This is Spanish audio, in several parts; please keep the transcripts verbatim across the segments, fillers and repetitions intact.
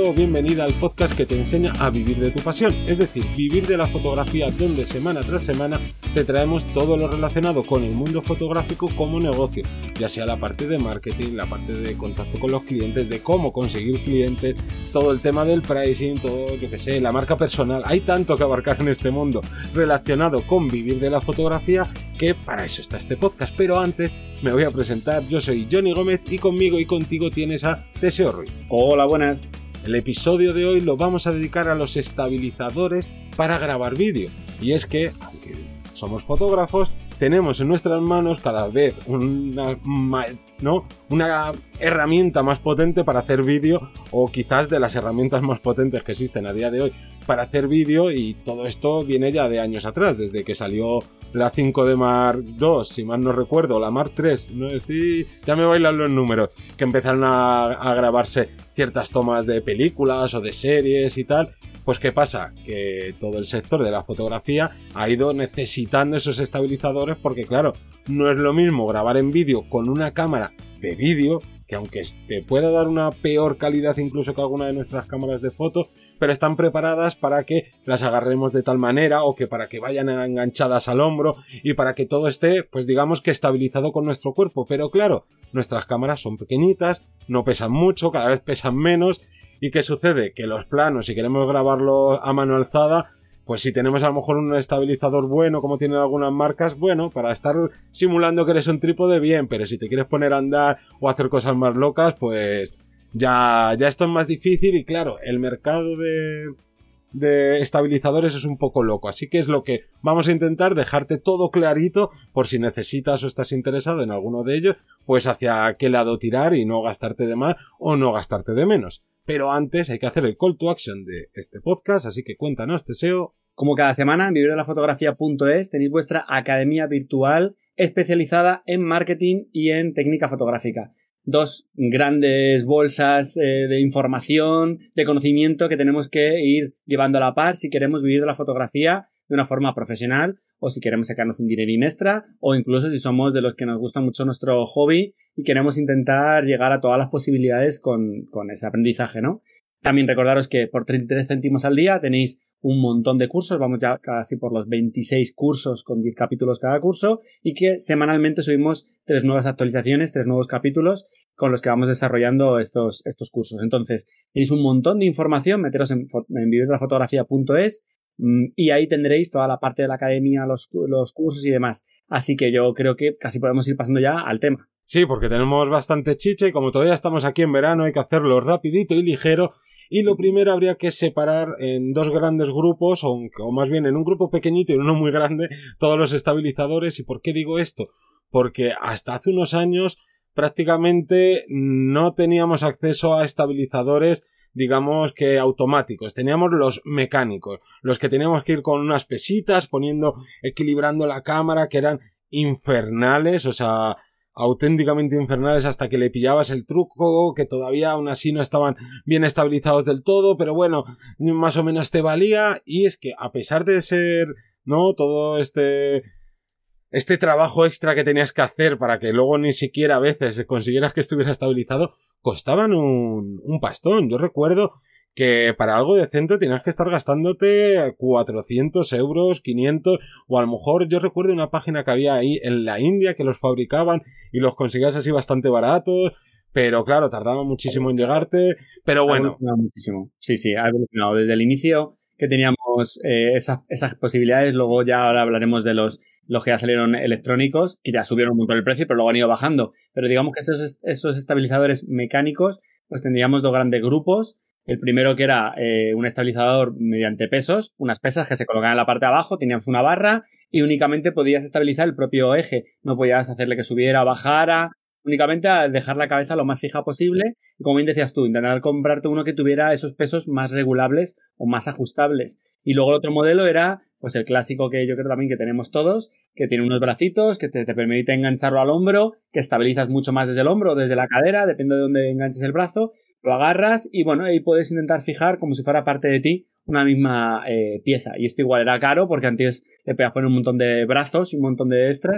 bienvenido o bienvenida al podcast que te enseña a vivir de tu pasión, es decir, vivir de la fotografía, donde semana tras semana te traemos todo lo relacionado con el mundo fotográfico como negocio, ya sea la parte de marketing, la parte de contacto con los clientes, de cómo conseguir clientes, todo el tema del pricing, todo, yo que sé, la marca personal. Hay tanto que abarcar en este mundo relacionado con vivir de la fotografía que para eso está este podcast. Pero antes me voy a presentar. Yo soy Johnny Gómez y conmigo y contigo tienes a Teseo Ruiz. Hola, buenas. El episodio de hoy lo vamos a dedicar a los estabilizadores para grabar vídeo. Y es que, aunque somos fotógrafos, tenemos en nuestras manos cada vez una, ¿no? una herramienta más potente para hacer vídeo, o quizás de las herramientas más potentes que existen a día de hoy para hacer vídeo, y todo esto viene ya de años atrás, desde que salió la cinco D Mark dos, si mal no recuerdo, la Mark tres, no estoy, ya me bailan los números, que empezaron a, a grabarse ciertas tomas de películas o de series y tal. Pues ¿qué pasa? Que todo el sector de la fotografía ha ido necesitando esos estabilizadores porque, claro, no es lo mismo grabar en vídeo con una cámara de vídeo, que aunque te pueda dar una peor calidad incluso que alguna de nuestras cámaras de foto, pero están preparadas para que las agarremos de tal manera, o que para que vayan enganchadas al hombro, y para que todo esté, pues digamos que estabilizado con nuestro cuerpo. Pero claro, nuestras cámaras son pequeñitas, no pesan mucho, cada vez pesan menos. ¿Y qué sucede? Que los planos, si queremos grabarlo a mano alzada, pues si tenemos a lo mejor un estabilizador bueno, como tienen algunas marcas, bueno, para estar simulando que eres un trípode, bien, pero si te quieres poner a andar o hacer cosas más locas, pues ya, ya esto es más difícil. Y claro, el mercado de, de estabilizadores es un poco loco, así que es lo que vamos a intentar dejarte todo clarito, por si necesitas o estás interesado en alguno de ellos, pues hacia qué lado tirar y no gastarte de más o no gastarte de menos. Pero antes hay que hacer el call to action de este podcast, así que cuéntanos, Teseo. Como cada semana en vivir de la fotografía punto es tenéis vuestra academia virtual especializada en marketing y en técnica fotográfica. Dos grandes bolsas eh, de información, de conocimiento que tenemos que ir llevando a la par si queremos vivir de la fotografía de una forma profesional, o si queremos sacarnos un dinerín extra, o incluso si somos de los que nos gusta mucho nuestro hobby y queremos intentar llegar a todas las posibilidades con, con ese aprendizaje, ¿no? También recordaros que por treinta y tres céntimos al día tenéis un montón de cursos, vamos ya casi por los veintiséis cursos con diez capítulos cada curso, y que semanalmente subimos tres nuevas actualizaciones, tres nuevos capítulos con los que vamos desarrollando estos, estos cursos. Entonces, tenéis un montón de información, meteros en, en vivir de la fotografía punto es y ahí tendréis toda la parte de la academia, los, los cursos y demás. Así que yo creo que casi podemos ir pasando ya al tema. Sí, porque tenemos bastante chicha y como todavía estamos aquí en verano hay que hacerlo rapidito y ligero. Y lo primero habría que separar en dos grandes grupos, o, o más bien en un grupo pequeñito y uno muy grande, todos los estabilizadores. ¿Y por qué digo esto? Porque hasta hace unos años prácticamente no teníamos acceso a estabilizadores, digamos que automáticos. Teníamos los mecánicos, los que teníamos que ir con unas pesitas poniendo, equilibrando la cámara, que eran infernales, o sea, auténticamente infernales, hasta que le pillabas el truco, que todavía aún así no estaban bien estabilizados del todo, pero bueno, más o menos te valía. Y es que a pesar de ser, ¿no?, todo este este trabajo extra que tenías que hacer para que luego ni siquiera a veces consiguieras que estuviera estabilizado, costaban un, un pastón. Yo recuerdo que para algo decente tenías que estar gastándote cuatrocientos euros, quinientos, o a lo mejor yo recuerdo una página que había ahí en la India que los fabricaban y los conseguías así bastante baratos, pero claro, tardaba muchísimo en llegarte, pero bueno. Ha evolucionado muchísimo. Sí, sí, ha evolucionado desde el inicio que teníamos eh, esas, esas posibilidades. Luego ya ahora hablaremos de los los que ya salieron electrónicos, que ya subieron un montón el precio, pero luego han ido bajando. Pero digamos que esos, esos estabilizadores mecánicos, pues tendríamos dos grandes grupos. El primero, que era eh, un estabilizador mediante pesos, unas pesas que se colocaban en la parte de abajo, teníamos una barra y únicamente podías estabilizar el propio eje. No podías hacerle que subiera o bajara, únicamente a dejar la cabeza lo más fija posible. Y como bien decías tú, intentar comprarte uno que tuviera esos pesos más regulables o más ajustables. Y luego el otro modelo era pues el clásico, que yo creo también que tenemos todos, que tiene unos bracitos que te, te permite engancharlo al hombro, que estabilizas mucho más desde el hombro o desde la cadera, depende de dónde enganches el brazo, lo agarras y bueno, ahí puedes intentar fijar como si fuera parte de ti una misma eh, pieza. Y esto igual era caro porque antes le podías poner un montón de brazos y un montón de extras,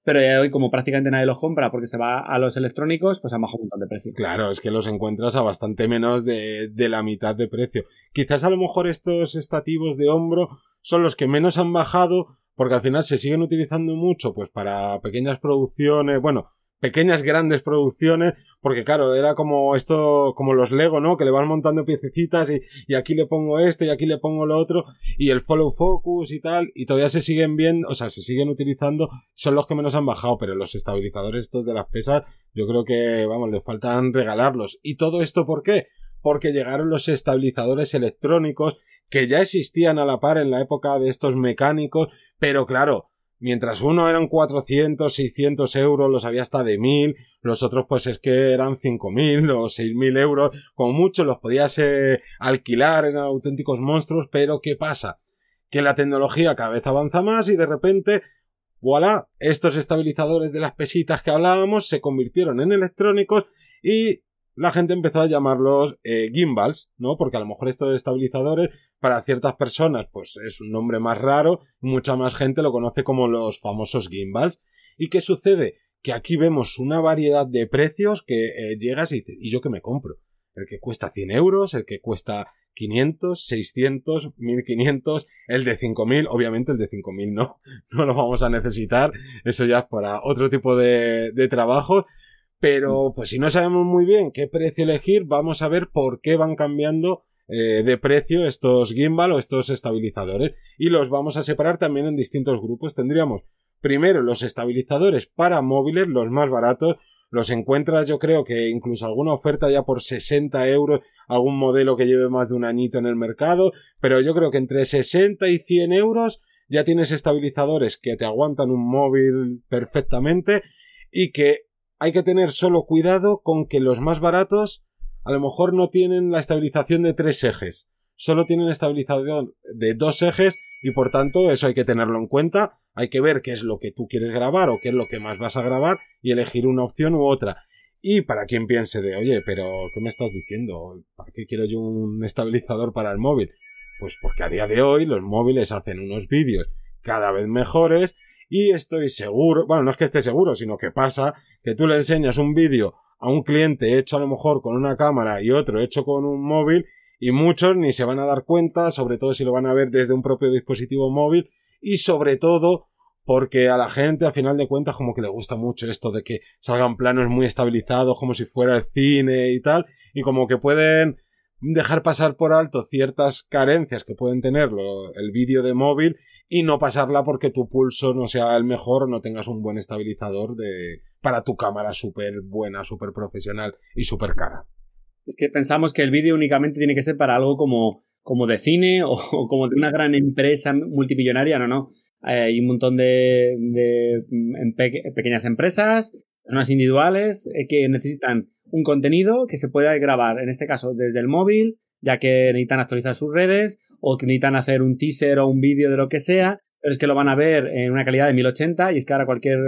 pero ya hoy como prácticamente nadie los compra porque se va a los electrónicos, pues han bajado un montón de precio. Claro, es que los encuentras a bastante menos de, de la mitad de precio. Quizás a lo mejor estos estativos de hombro son los que menos han bajado porque al final se siguen utilizando mucho pues para pequeñas producciones, bueno, pequeñas grandes producciones, porque claro, era como esto, como los Lego, ¿no? Que le van montando piececitas y, y aquí le pongo esto y aquí le pongo lo otro y el follow focus y tal, y todavía se siguen viendo, o sea, se siguen utilizando, son los que menos han bajado, pero los estabilizadores estos de las pesas, yo creo que, vamos, les faltan regalarlos. ¿Y todo esto por qué? Porque llegaron los estabilizadores electrónicos que ya existían a la par en la época de estos mecánicos, pero claro, mientras uno eran cuatrocientos, seiscientos euros, los había hasta de mil, los otros pues es que eran cinco mil o seis mil euros, como mucho los podías eh, alquilar, eran auténticos monstruos, pero ¿qué pasa? Que la tecnología cada vez avanza más y de repente, voilà, estos estabilizadores de las pesitas que hablábamos se convirtieron en electrónicos y la gente empezó a llamarlos eh, gimbals, ¿no? Porque a lo mejor estos estabilizadores para ciertas personas pues es un nombre más raro, mucha más gente lo conoce como los famosos gimbals. ¿Y qué sucede? Que aquí vemos una variedad de precios que eh, llegas y dices, ¿y yo qué me compro? El que cuesta cien euros, el que cuesta quinientos, seiscientos, mil quinientos, el de cinco mil, obviamente el de cinco mil no, no lo vamos a necesitar, eso ya es para otro tipo de, de trabajo. Pero, pues si no sabemos muy bien qué precio elegir, vamos a ver por qué van cambiando eh, de precio estos gimbal o estos estabilizadores. Y los vamos a separar también en distintos grupos. Tendríamos primero los estabilizadores para móviles, los más baratos. Los encuentras, yo creo que incluso alguna oferta ya por sesenta euros, algún modelo que lleve más de un añito en el mercado. Pero yo creo que entre sesenta y cien euros ya tienes estabilizadores que te aguantan un móvil perfectamente y que hay que tener solo cuidado con que los más baratos a lo mejor no tienen la estabilización de tres ejes. Solo tienen estabilización de dos ejes y por tanto eso hay que tenerlo en cuenta. Hay que ver qué es lo que tú quieres grabar o qué es lo que más vas a grabar y elegir una opción u otra. Y para quien piense de, oye, pero ¿qué me estás diciendo? ¿Para qué quiero yo un estabilizador para el móvil? Pues porque a día de hoy los móviles hacen unos vídeos cada vez mejores. Y estoy seguro, bueno, no es que esté seguro, sino que pasa que tú le enseñas un vídeo a un cliente hecho a lo mejor con una cámara y otro hecho con un móvil y muchos ni se van a dar cuenta, sobre todo si lo van a ver desde un propio dispositivo móvil y sobre todo porque a la gente a final de cuentas como que le gusta mucho esto de que salgan planos muy estabilizados como si fuera el cine y tal y como que pueden dejar pasar por alto ciertas carencias que pueden tener lo, el vídeo de móvil y no pasarla porque tu pulso no sea el mejor o no tengas un buen estabilizador de para tu cámara súper buena, súper profesional y súper cara. Es que pensamos que el vídeo únicamente tiene que ser para algo como, como de cine o, o como de una gran empresa multimillonaria, no, no. Hay un montón de, de en pe- pequeñas empresas, personas individuales eh, que necesitan un contenido que se pueda grabar, en este caso desde el móvil, ya que necesitan actualizar sus redes o que necesitan hacer un teaser o un vídeo de lo que sea, pero es que lo van a ver en una calidad de mil ochenta y es que ahora cualquier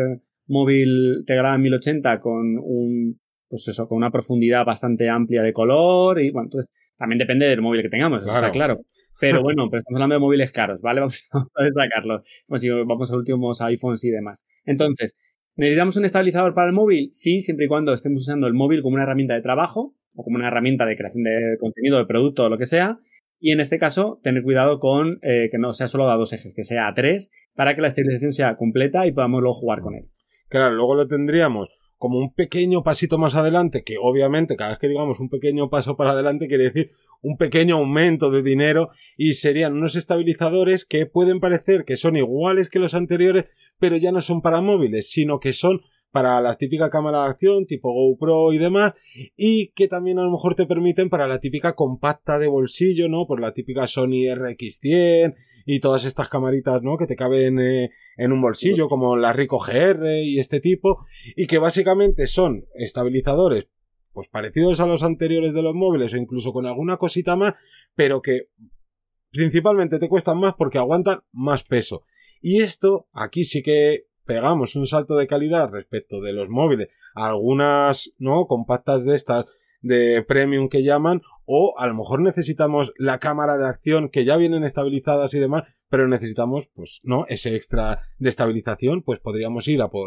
móvil te graba en mil ochenta con un, pues eso, con una profundidad bastante amplia de color y bueno, entonces también depende del móvil que tengamos, eso claro. Está claro. Pero bueno, pero estamos hablando de móviles caros, ¿vale? Vamos a destacarlo. Pues si vamos a los últimos iPhones y demás. Entonces, ¿necesitamos un estabilizador para el móvil? Sí, siempre y cuando estemos usando el móvil como una herramienta de trabajo o como una herramienta de creación de contenido, de producto o lo que sea. Y en este caso, tener cuidado con eh, que no sea solo a dos ejes, que sea a tres, para que la estabilización sea completa y podamos luego jugar con él. Claro, luego lo tendríamos como un pequeño pasito más adelante, que obviamente cada vez que digamos un pequeño paso para adelante quiere decir un pequeño aumento de dinero y serían unos estabilizadores que pueden parecer que son iguales que los anteriores, pero ya no son para móviles, sino que son para la típica cámara de acción tipo GoPro y demás, y que también a lo mejor te permiten para la típica compacta de bolsillo, ¿no? Por la típica Sony R X cien y todas estas camaritas, ¿no? Que te caben eh, en un bolsillo, como la Ricoh G R y este tipo, y que básicamente son estabilizadores pues parecidos a los anteriores de los móviles o incluso con alguna cosita más, pero que principalmente te cuestan más porque aguantan más peso. Y esto, aquí sí que pegamos un salto de calidad respecto de los móviles, algunas, ¿no? Compactas de estas de premium que llaman, o a lo mejor necesitamos la cámara de acción que ya vienen estabilizadas y demás, pero necesitamos, pues, ¿no? Ese extra de estabilización, pues podríamos ir a por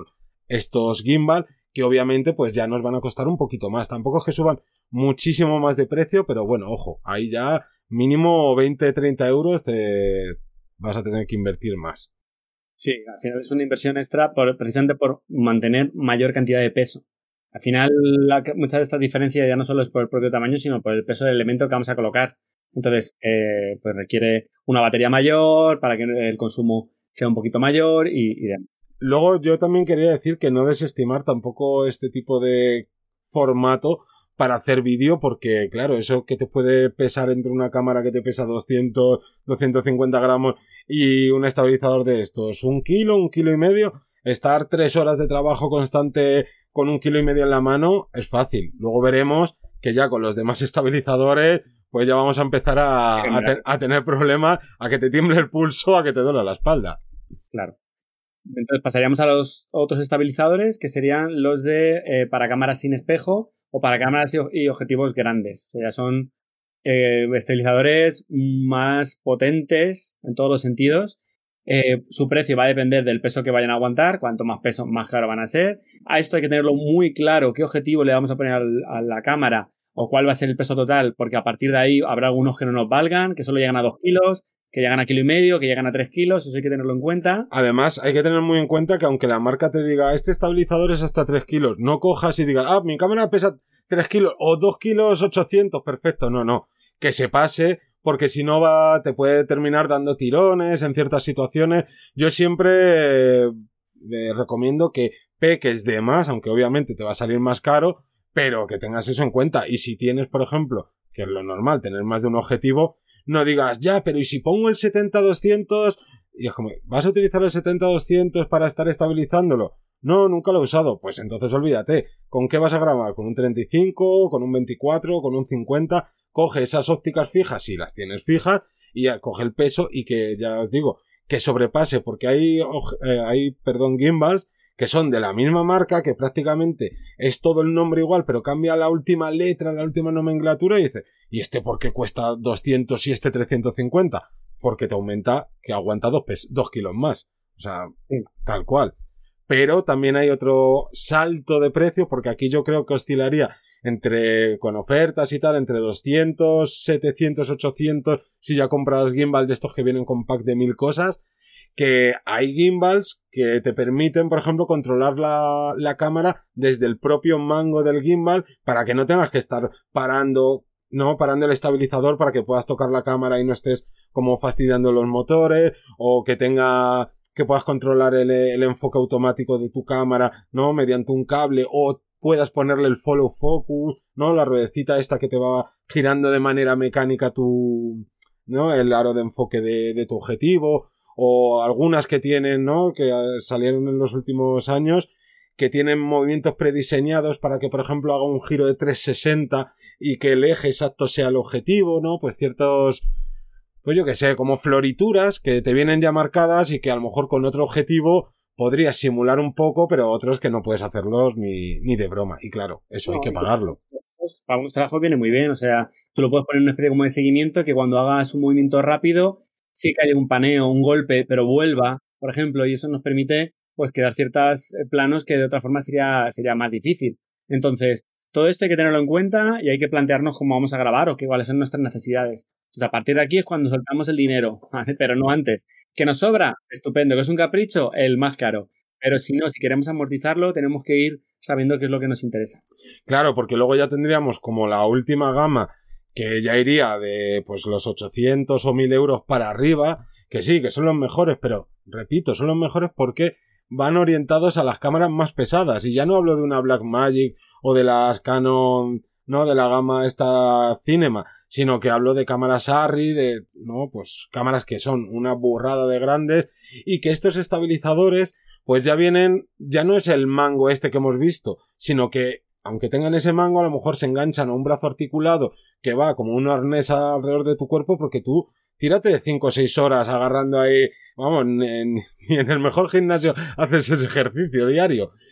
estos gimbal, que obviamente pues ya nos van a costar un poquito más. Tampoco es que suban muchísimo más de precio, pero bueno, ojo, ahí ya mínimo veinte, treinta euros te vas a tener que invertir más. Sí, al final es una inversión extra por, precisamente por mantener mayor cantidad de peso. Al final, la, muchas de estas diferencias ya no solo es por el propio tamaño, sino por el peso del elemento que vamos a colocar. Entonces, eh, pues requiere una batería mayor para que el consumo sea un poquito mayor y, y demás. Luego, yo también quería decir que no desestimar tampoco este tipo de formato para hacer vídeo, porque claro, eso que te puede pesar entre una cámara que te pesa doscientos, doscientos cincuenta gramos y un estabilizador de estos, un kilo, un kilo y medio, estar tres horas de trabajo constante con un kilo y medio en la mano es fácil. Luego veremos que ya con los demás estabilizadores pues ya vamos a empezar a, a, te, a tener problemas, a que te tiemble el pulso, a que te duele la espalda. Claro. Entonces pasaríamos a los otros estabilizadores, que serían los de eh, para cámaras sin espejo o para cámaras y, y objetivos grandes. O sea, ya son eh, estabilizadores más potentes en todos los sentidos. Eh, su precio va a depender del peso que vayan a aguantar. Cuanto más peso, más caro van a ser. A esto hay que tenerlo muy claro, qué objetivo le vamos a poner al, a la cámara o cuál va a ser el peso total, porque a partir de ahí habrá algunos que no nos valgan, que solo llegan a dos kilos, que llegan a kilo y medio, que llegan a tres kilos, eso hay que tenerlo en cuenta. Además, hay que tener muy en cuenta que aunque la marca te diga, este estabilizador es hasta tres kilos, no cojas y digas, ah, mi cámara pesa tres kilos o dos kilos ochocientos, perfecto, no, no, que se pase, porque si no va, te puede terminar dando tirones en ciertas situaciones. Yo siempre eh, eh, recomiendo que peques de más, aunque obviamente te va a salir más caro, pero que tengas eso en cuenta. Y si tienes, por ejemplo, que es lo normal, tener más de un objetivo, no digas, ya, pero ¿y si pongo el setenta doscientos? Y es como, ¿vas a utilizar el setenta doscientos para estar estabilizándolo? No, nunca lo he usado. Pues entonces olvídate. ¿Con qué vas a grabar? ¿Con un treinta y cinco? ¿Con un veinticuatro? ¿Con un cincuenta? Coge esas ópticas fijas, si las tienes fijas, y ya coge el peso y que, ya os digo, que sobrepase, porque hay, eh, hay, perdón, gimbals que son de la misma marca, que prácticamente es todo el nombre igual, pero cambia la última letra, la última nomenclatura, y dice, ¿y este por qué cuesta doscientos y este trescientos cincuenta? Porque te aumenta que aguanta dos, pes- dos kilos más. O sea, sí, tal cual. Pero también hay otro salto de precio, porque aquí yo creo que oscilaría entre, con ofertas y tal, entre doscientos, setecientos, ochocientos, si ya compras gimbal de estos que vienen con pack de mil cosas, que hay gimbals que te permiten, por ejemplo, controlar la, la cámara desde el propio mango del gimbal para que no tengas que estar parando, ¿no? Parando el estabilizador para que puedas tocar la cámara y no estés como fastidiando los motores, o que tenga, que puedas controlar el, el enfoque automático de tu cámara, ¿no? Mediante un cable, o puedas ponerle el follow focus, ¿no? La ruedecita esta que te va girando de manera mecánica tu, ¿no? El aro de enfoque de, de tu objetivo. O algunas que tienen, ¿no? Que salieron en los últimos años, que tienen movimientos prediseñados para que, por ejemplo, haga un giro de trescientos sesenta y que el eje exacto sea el objetivo, ¿no? Pues ciertos, pues yo que sé, como florituras que te vienen ya marcadas y que a lo mejor con otro objetivo podrías simular un poco, pero otros que no puedes hacerlos ni, ni de broma. Y claro, eso no, hay que pagarlo. Para un trabajo viene muy bien, o sea, tú lo puedes poner en una especie como de seguimiento, que cuando hagas un movimiento rápido, sí que haya un paneo, un golpe, pero vuelva, por ejemplo, y eso nos permite pues crear ciertos planos que de otra forma sería, sería más difícil. Entonces, todo esto hay que tenerlo en cuenta y hay que plantearnos cómo vamos a grabar o qué cuáles son nuestras necesidades. Entonces, a partir de aquí es cuando soltamos el dinero, ¿vale? Pero no antes. ¿Que nos sobra? Estupendo. ¿Que es un capricho? El más caro. Pero si no, si queremos amortizarlo, tenemos que ir sabiendo qué es lo que nos interesa. Claro, porque luego ya tendríamos como la última gama, que ya iría de pues los ochocientos o mil euros para arriba, que sí, que son los mejores, pero repito, son los mejores porque van orientados a las cámaras más pesadas, y ya no hablo de una Blackmagic o de las Canon, no, de la gama esta Cinema, sino que hablo de cámaras Arri, de, no, pues cámaras que son una burrada de grandes, y que estos estabilizadores pues ya vienen, ya no es el mango este que hemos visto, sino que aunque tengan ese mango, a lo mejor se enganchan a un brazo articulado que va como un arnés alrededor de tu cuerpo, porque tú tírate de cinco o seis horas agarrando ahí, vamos, ni en, en el mejor gimnasio haces ese ejercicio diario.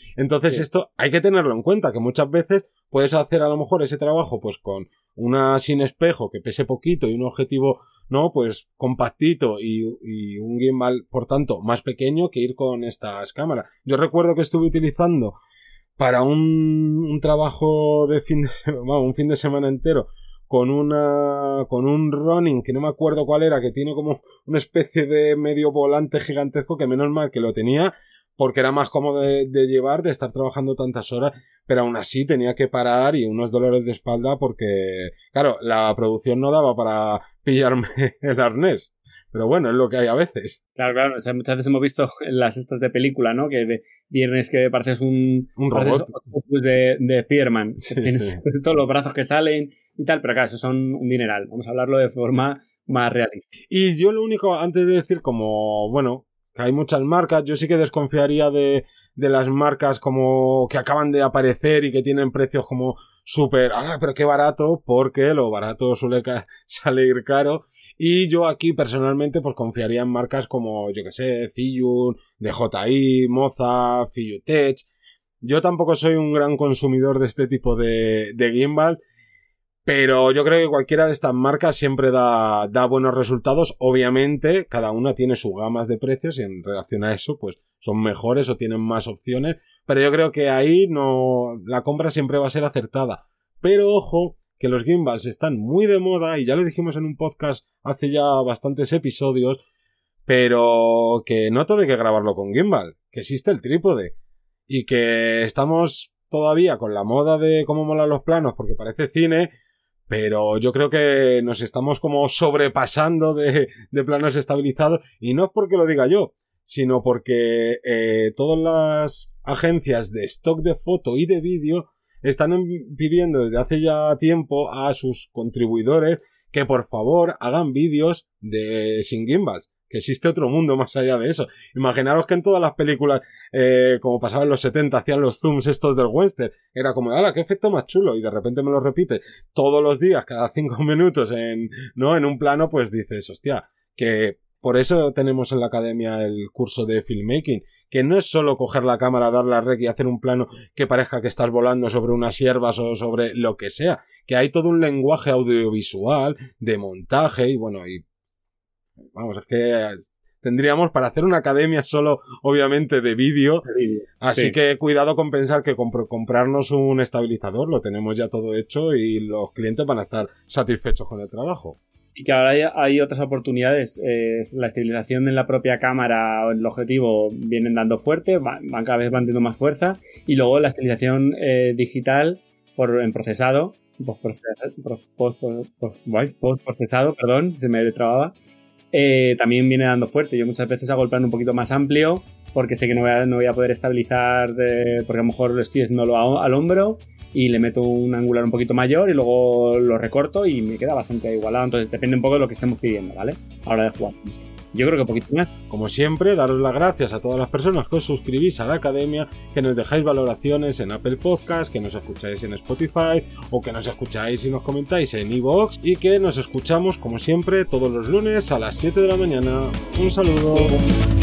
Entonces sí. Esto hay que tenerlo en cuenta, que muchas veces puedes hacer a lo mejor ese trabajo pues con una sin espejo que pese poquito y un objetivo, no, pues compactito y, y un gimbal, por tanto, más pequeño que ir con estas cámaras. Yo recuerdo que estuve utilizando para un, un trabajo de fin de semana, bueno, un fin de semana entero, con una, con un Ronin, que no me acuerdo cuál era, que tiene como una especie de medio volante gigantesco, que menos mal que lo tenía, porque era más cómodo de, de llevar, de estar trabajando tantas horas, pero aún así tenía que parar y unos dolores de espalda porque, claro, la producción no daba para pillarme el arnés. Pero bueno, es lo que hay a veces. Claro, claro. O sea, muchas veces hemos visto en las estas de película, ¿no? Que de viernes que pareces un... Un robot. De, de Spiderman. Sí, que tienes sí. todos los brazos que salen y tal. Pero claro, eso son un dineral. Vamos a hablarlo de forma más realista. Y yo lo único, antes de decir como, bueno, que hay muchas marcas, yo sí que desconfiaría de, de las marcas como que acaban de aparecer y que tienen precios como súper, ¡ah, pero qué barato! Porque lo barato suele ca- salir caro. Y yo aquí personalmente pues confiaría en marcas como, yo que sé, Zhiyun, D J I, Moza, Fiyutech. Yo tampoco soy un gran consumidor de este tipo de, de gimbal, pero yo creo que cualquiera de estas marcas siempre da, da buenos resultados. Obviamente, cada una tiene sus gamas de precios y en relación a eso, pues son mejores o tienen más opciones. Pero yo creo que ahí no, la compra siempre va a ser acertada. Pero ojo, que los gimbals están muy de moda y ya lo dijimos en un podcast hace ya bastantes episodios, pero que no todo hay que grabarlo con gimbal, que existe el trípode y que estamos todavía con la moda de cómo molan los planos porque parece cine, pero yo creo que nos estamos como sobrepasando de, de planos estabilizados y no es porque lo diga yo, sino porque eh, todas las agencias de stock de foto y de vídeo están pidiendo desde hace ya tiempo a sus contribuidores que por favor hagan vídeos de sin gimbal, que existe otro mundo más allá de eso. Imaginaros que en todas las películas, eh, como pasaba en los setenta, hacían los zooms estos del western, era como, ¡hala, qué efecto más chulo! Y de repente me lo repite todos los días, cada cinco minutos en, ¿no? En un plano, pues dices, hostia, que por eso tenemos en la academia el curso de filmmaking, que no es solo coger la cámara, darle a rec y hacer un plano que parezca que estás volando sobre unas hierbas o sobre lo que sea, que hay todo un lenguaje audiovisual, de montaje y bueno, y vamos, es que tendríamos para hacer una academia solo, obviamente, de vídeo, así sí. Que cuidado con pensar que comp- comprarnos un estabilizador, lo tenemos ya todo hecho y los clientes van a estar satisfechos con el trabajo. Y que ahora hay, hay otras oportunidades. Eh, la estabilización en la propia cámara o en el objetivo vienen dando fuerte, van, van cada vez van teniendo más fuerza. Y luego la estabilización eh, digital por, en procesado, post-procesado, post, post, post, post procesado, perdón, se me trababa, eh, también viene dando fuerte. Yo muchas veces hago el plano un poquito más amplio porque sé que no voy a, no voy a poder estabilizar, de, porque a lo mejor lo estoy haciéndolo a, al hombro y le meto un angular un poquito mayor y luego lo recorto y me queda bastante igualado. Entonces depende un poco de lo que estemos pidiendo, ¿vale? A la hora de jugar con esto. Yo creo que un poquito más. Como siempre, daros las gracias a todas las personas que os suscribís a la academia, que nos dejáis valoraciones en Apple Podcast, que nos escucháis en Spotify o que nos escucháis y nos comentáis en iVoox y que nos escuchamos como siempre todos los lunes a las siete de la mañana. Un saludo.